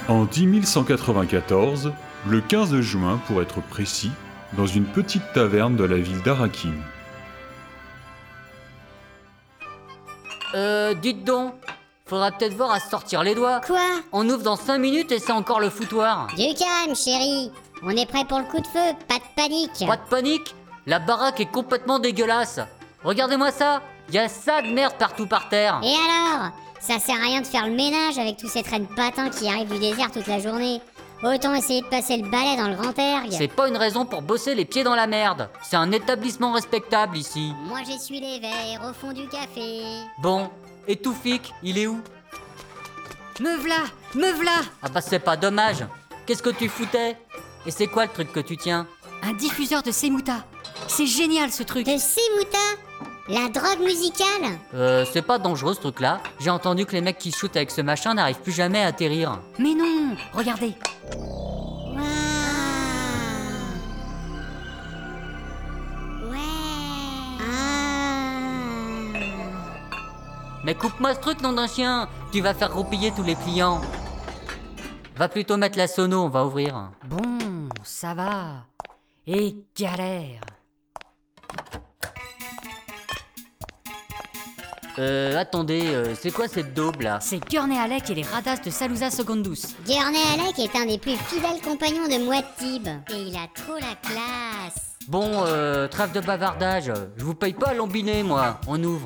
En 10194, le 15 juin pour être précis, dans une petite taverne de la ville d'Arakin. Dites donc, faudra peut-être voir à se sortir les doigts. Quoi? On ouvre dans 5 minutes et c'est encore le foutoir. Du calme, chérie. On est prêt pour le coup de feu, pas de panique. Pas de panique, la baraque est complètement dégueulasse. Regardez-moi ça, y a ça de merde partout par terre. Et alors? Ça sert à rien de faire le ménage avec tous ces traînes patins qui arrivent du désert toute la journée. Autant essayer de passer le balai dans le grand ergue. C'est pas une raison pour bosser les pieds dans la merde. C'est un établissement respectable ici. Moi j'essuie les verres au fond du café. Bon, et Toufik, il est où? Me v'là. Ah bah c'est pas dommage. Qu'est-ce que tu foutais? Et c'est quoi le truc que tu tiens? Un diffuseur de Semuta. C'est génial ce truc. De Semuta? La drogue musicale? C'est pas dangereux ce truc-là. J'ai entendu que les mecs qui shootent avec ce machin n'arrivent plus jamais à atterrir. Mais non, regardez. Waouh. Ouais. Ah. Mais coupe-moi ce truc, nom d'un chien. Tu vas faire roupiller tous les clients. Va plutôt mettre la sono, on va ouvrir. Bon, ça va. Et galère. Attendez, c'est quoi cette daube là? C'est Gurney Alec et les Radas de Salusa Secondus. Gurney Alec est un des plus fidèles compagnons de Muad'Dib. Et il a trop la classe. Bon, trêve de bavardage. Je vous paye pas à lambiner, moi. On ouvre.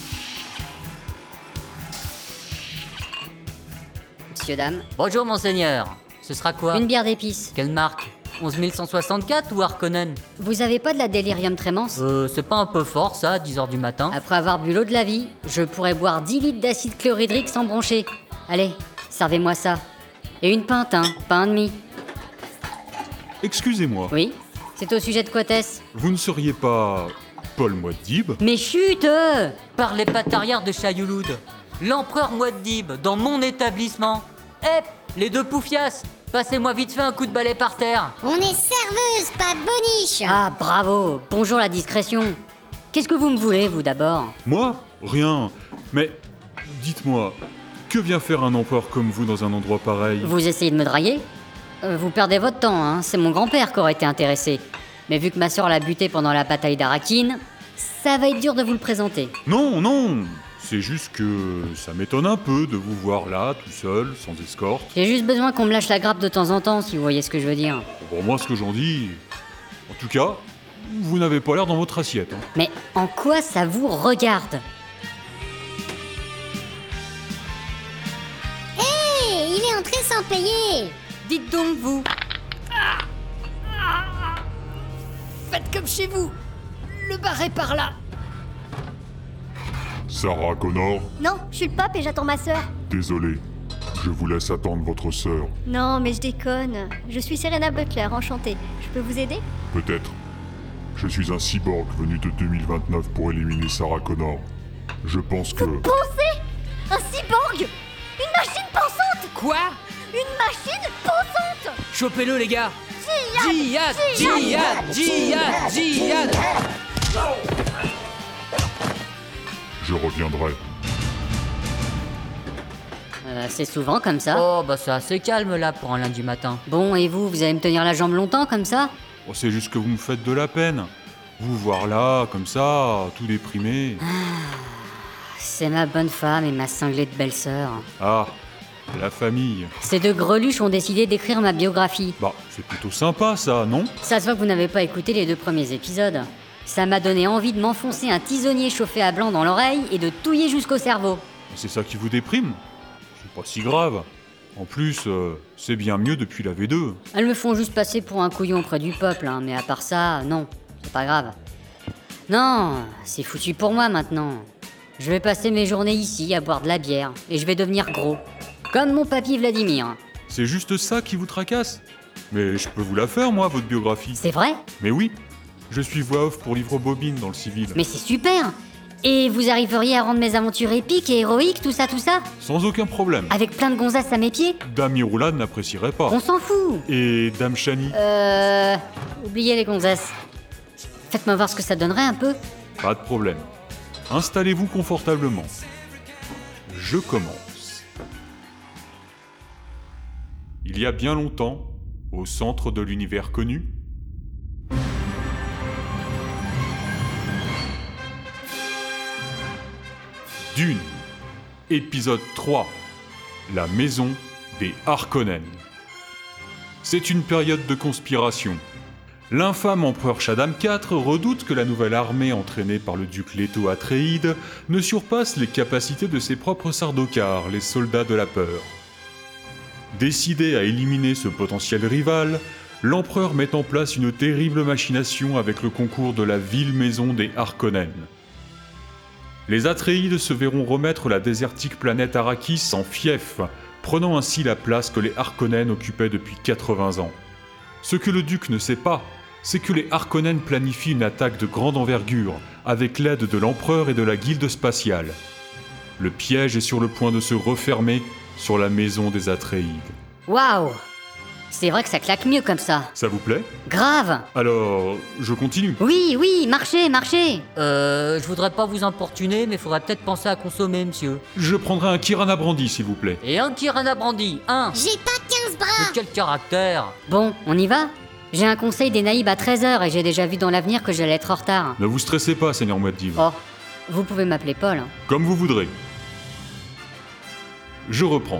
Monsieur, dame. Bonjour, monseigneur. Ce sera quoi? Une bière d'épices. Quelle marque? 11164 ou Harkonnen? Vous avez pas de la Delirium Tremens? C'est pas un peu fort ça, à 10h du matin? Après avoir bu l'eau de la vie, je pourrais boire 10 litres d'acide chlorhydrique sans broncher. Allez, servez-moi ça. Et une pinte, hein, pas un demi. Excusez-moi, Oui? C'est au sujet de quoi, Tess? vous ne seriez pas Paul Muad'Dib? Mais chut Par les pattes arrière de Shayouloud. L'empereur Muad'Dib, dans mon établissement. Hep, les deux poufias. Passez-moi vite fait un coup de balai par terre. On est serveuse, pas boniche. Ah, bravo. Bonjour la discrétion. Qu'est-ce que vous me voulez, vous, d'abord? Moi? Rien. Mais dites-moi, que vient faire un empereur comme vous dans un endroit pareil? Vous essayez de me draguer? Vous perdez votre temps, hein. C'est mon grand-père qui aurait été intéressé. Mais vu que ma sœur l'a buté pendant la bataille d'Arakin, ça va être dur de vous le présenter. Non, non. C'est juste que ça m'étonne un peu de vous voir là, tout seul, sans escorte. J'ai juste besoin qu'on me lâche la grappe de temps en temps, si vous voyez ce que je veux dire. Pour moi, ce que j'en dis... En tout cas, vous n'avez pas l'air dans votre assiette. Hein. Mais en quoi ça vous regarde? Hé, il est entré sans payer. Dites donc, vous. Faites comme chez vous. Le bar est par là. Sarah Connor, Non, je suis le pape et j'attends ma sœur. désolé. Je vous laisse attendre votre sœur. Non, mais je déconne. Je suis Serena Butler, enchantée. Je peux vous aider? Peut-être. Je suis un cyborg venu de 2029 pour éliminer Sarah Connor. Je pense que... Pensez! Un cyborg! Une machine pensante! Quoi? Une machine pensante! Chopez-le, les gars. Djihad! Djihad! Je reviendrai. C'est souvent comme ça. Oh, bah c'est assez calme là pour un lundi matin. Bon, et vous allez me tenir la jambe longtemps comme ça? Oh, c'est juste que vous me faites de la peine. Vous voir là, comme ça, tout déprimé. C'est ma bonne femme et ma cinglée de belle-sœur. Ah, la famille. Ces deux greluches ont décidé d'écrire ma biographie. Bah, c'est plutôt sympa ça, non? Ça se voit que vous n'avez pas écouté les 2 premiers épisodes. Ça m'a donné envie de m'enfoncer un tisonnier chauffé à blanc dans l'oreille et de touiller jusqu'au cerveau. C'est ça qui vous déprime? C'est pas si grave. En plus, c'est bien mieux depuis la V2. Elles me font juste passer pour un couillon auprès du peuple, hein, mais à part ça, non, c'est pas grave. Non, c'est foutu pour moi maintenant. Je vais passer mes journées ici à boire de la bière, et je vais devenir gros. Comme mon papy Vladimir. C'est juste ça qui vous tracasse? Mais je peux vous la faire, moi, votre biographie. C'est vrai? Mais oui, je suis voix off pour Livre Bobine dans le civil. Mais c'est super! Et vous arriveriez à rendre mes aventures épiques et héroïques, tout ça? Sans aucun problème. Avec plein de gonzasses à mes pieds? Dame Iroulade n'apprécierait pas. On s'en fout! Et Dame Shani? Oubliez les gonzesses. Faites-moi voir ce que ça donnerait un peu. Pas de problème. Installez-vous confortablement. Je commence. il y a bien longtemps, au centre de l'univers connu. Dune, épisode 3, la maison des Harkonnen. C'est une période de conspiration. L'infâme empereur Shaddam IV redoute que la nouvelle armée entraînée par le duc Leto Atréide ne surpasse les capacités de ses propres Sardaukar, les soldats de la peur. Décidé à éliminer ce potentiel rival, l'empereur met en place une terrible machination avec le concours de la vile maison des Harkonnen. Les Atréides se verront remettre la désertique planète Arrakis en fief, prenant ainsi la place que les Harkonnen occupaient depuis 80 ans. Ce que le duc ne sait pas, c'est que les Harkonnen planifient une attaque de grande envergure, avec l'aide de l'empereur et de la guilde spatiale. Le piège est sur le point de se refermer sur la maison des Atréides. Waouh! C'est vrai que ça claque mieux comme ça. Ça vous plaît? Grave! Alors, je continue. Oui, marchez! Je voudrais pas vous importuner, mais faudrait peut-être penser à consommer, monsieur. Je prendrai un Kirana Brandy, s'il vous plaît. Et un Kirana Brandy, un. J'ai pas 15 bras! Mais quel caractère! Bon, on y va? J'ai un conseil des naïbes à 13h et j'ai déjà vu dans l'avenir que j'allais être en retard. Ne vous stressez pas, Seigneur Muad'Dib. Oh, vous pouvez m'appeler Paul. Hein. Comme vous voudrez. Je reprends.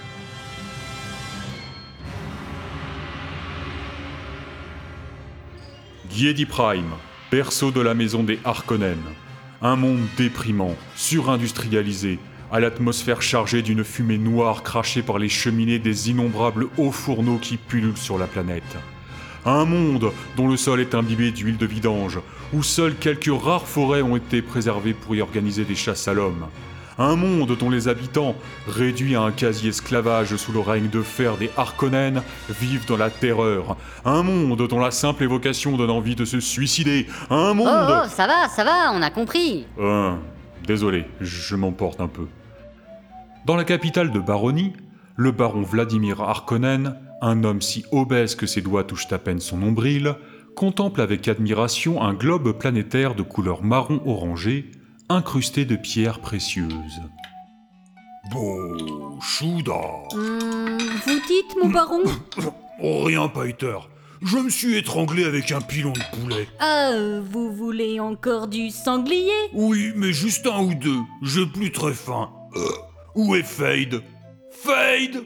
Giedi Prime, berceau de la maison des Harkonnen. Un monde déprimant, surindustrialisé, à l'atmosphère chargée d'une fumée noire crachée par les cheminées des innombrables hauts fourneaux qui pullulent sur la planète. Un monde dont le sol est imbibé d'huile de vidange, où seules quelques rares forêts ont été préservées pour y organiser des chasses à l'homme. Un monde dont les habitants, réduits à un quasi-esclavage sous le règne de fer des Harkonnen, vivent dans la terreur. Un monde dont la simple évocation donne envie de se suicider. Un monde... Oh, ça va, on a compris. Désolé, je m'emporte un peu. Dans la capitale de Baronie, le baron Vladimir Harkonnen, un homme si obèse que ses doigts touchent à peine son nombril, contemple avec admiration un globe planétaire de couleur marron orangé, incrusté de pierres précieuses. Bon, Chouda. Vous dites, mon baron? Oh, rien, Paiter. Je me suis étranglé avec un pilon de poulet. Ah, vous voulez encore du sanglier? Oui, mais juste un ou deux. J'ai plus très faim. Où est Fade? Fade!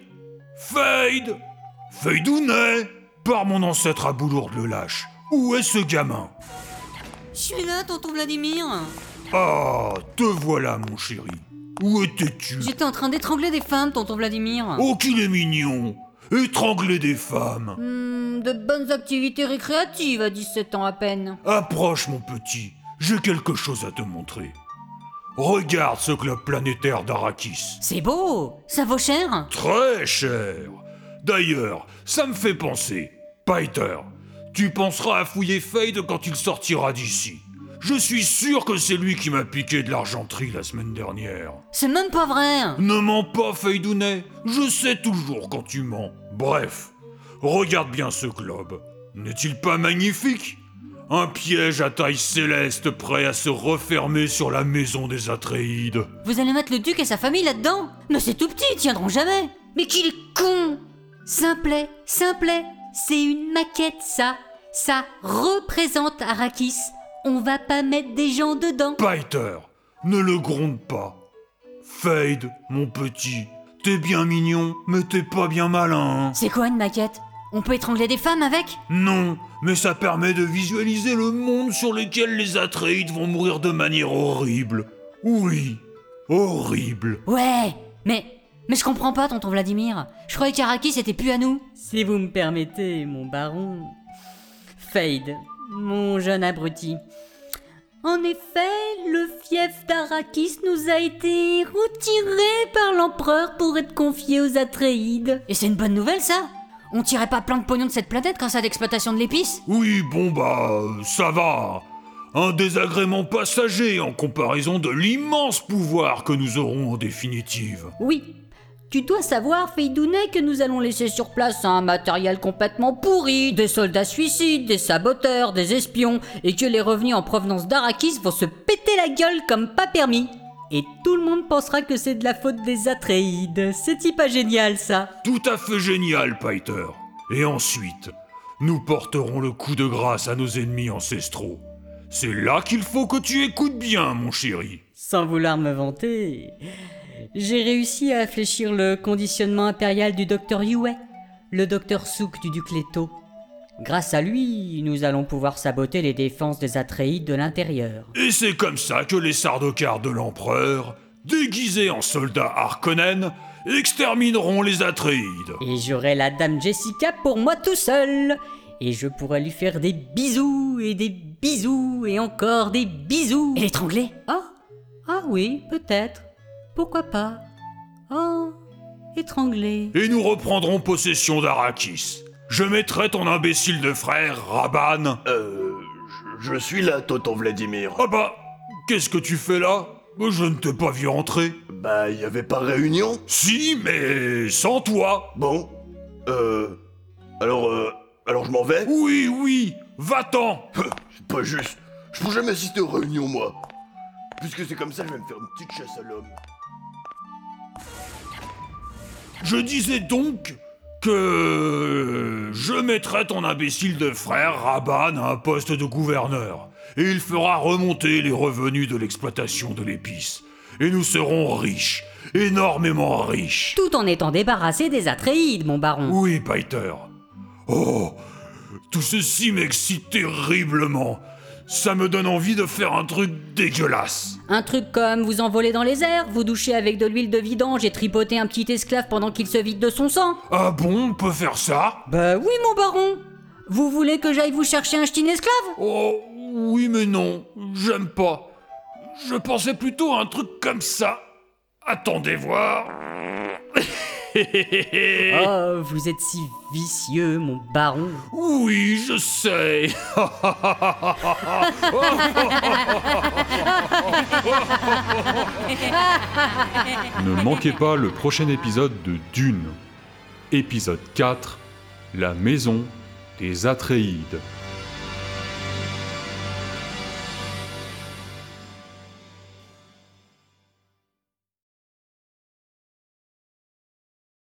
Faidounet! Par mon ancêtre à Boulourde le lâche. Où est ce gamin? Je suis là, tonton Vladimir. Ah, te voilà, mon chéri. Où étais-tu? J'étais en train d'étrangler des femmes, tonton Vladimir. Oh, qu'il est mignon! Étrangler des femmes! De bonnes activités récréatives à 17 ans à peine. Approche, mon petit. J'ai quelque chose à te montrer. Regarde ce globe planétaire d'Arrakis. C'est beau. Ça vaut cher? Très cher. D'ailleurs, ça me fait penser. Paiter, tu penseras à fouiller Fade quand il sortira d'ici. Je suis sûr que c'est lui qui m'a piqué de l'argenterie la semaine dernière. C'est même pas vrai. Ne mens pas, Faidounet. Je sais toujours quand tu mens. Bref, regarde bien ce globe. N'est-il pas magnifique? Un piège à taille céleste prêt à se refermer sur la maison des Atréides. Vous allez mettre le duc et sa famille là-dedans? Mais c'est tout petit, ils tiendront jamais. Mais qu'il est con. Simplet. C'est une maquette, ça. Ça représente Arrakis. On va pas mettre des gens dedans. Paiter, ne le gronde pas. Fade, mon petit, t'es bien mignon, mais t'es pas bien malin. C'est quoi une maquette? On peut étrangler des femmes avec? Non, mais ça permet de visualiser le monde sur lequel les Atréides vont mourir de manière horrible. Oui, horrible. Ouais, mais je comprends pas, tonton Vladimir. Je croyais qu'Arrakis était plus à nous. Si vous me permettez, mon baron. Fade, mon jeune abruti. En effet, le fief d'Arrakis nous a été retiré par l'empereur pour être confié aux Atréides. Et c'est une bonne nouvelle, ça? On tirait pas plein de pognon de cette planète grâce à l'exploitation de l'épice? Oui, bon ça va. Un désagrément passager en comparaison de l'immense pouvoir que nous aurons en définitive. Oui. Tu dois savoir, Faidounet, que nous allons laisser sur place un matériel complètement pourri, des soldats suicides, des saboteurs, des espions, et que les revenus en provenance d'Arrakis vont se péter la gueule comme pas permis. Et tout le monde pensera que c'est de la faute des Atréides. C'est-il pas génial, ça? Tout à fait génial, Piter. Et ensuite, nous porterons le coup de grâce à nos ennemis ancestraux. C'est là qu'il faut que tu écoutes bien, mon chéri. Sans vouloir me vanter, j'ai réussi à fléchir le conditionnement impérial du docteur Yue, le docteur Souk du duc Leto. Grâce à lui, nous allons pouvoir saboter les défenses des Atréides de l'intérieur. Et c'est comme ça que les Sardaukars de l'Empereur, déguisés en soldats Harkonnen, extermineront les Atréides. Et j'aurai la dame Jessica pour moi tout seul. Et je pourrai lui faire des bisous et encore des bisous. Et l'étrangler? Ah oui, peut-être. Pourquoi pas? Oh, étrangler. Et nous reprendrons possession d'Arrakis. Je mettrai ton imbécile de frère, Raban. Je suis là, tonton Vladimir. Ah bah, qu'est-ce que tu fais là? Je ne t'ai pas vu entrer. Bah, y avait pas réunion? Si, mais sans toi. Bon, alors je m'en vais? Oui, va-t'en. C'est pas juste. Je peux jamais assister aux réunions, moi. Puisque c'est comme ça, je vais me faire une petite chasse à l'homme. Je disais donc que je mettrai ton imbécile de frère, Raban, à un poste de gouverneur. Et il fera remonter les revenus de l'exploitation de l'épice. Et nous serons riches, énormément riches. Tout en étant débarrassé des Atréides, mon baron. Oui, Piter. Oh, tout ceci m'excite terriblement. Ça me donne envie de faire un truc dégueulasse. Un truc comme vous envoler dans les airs, vous doucher avec de l'huile de vidange et tripoter un petit esclave pendant qu'il se vide de son sang. Ah bon, on peut faire ça? Bah oui, mon baron. Vous voulez que j'aille vous chercher un ch'ti esclave? Oh, oui mais non, j'aime pas. Je pensais plutôt à un truc comme ça. Attendez voir. Oh, vous êtes si vicieux, mon baron. Oui, je sais. Ne manquez pas le prochain épisode de Dune. Épisode 4, la maison des Atréides.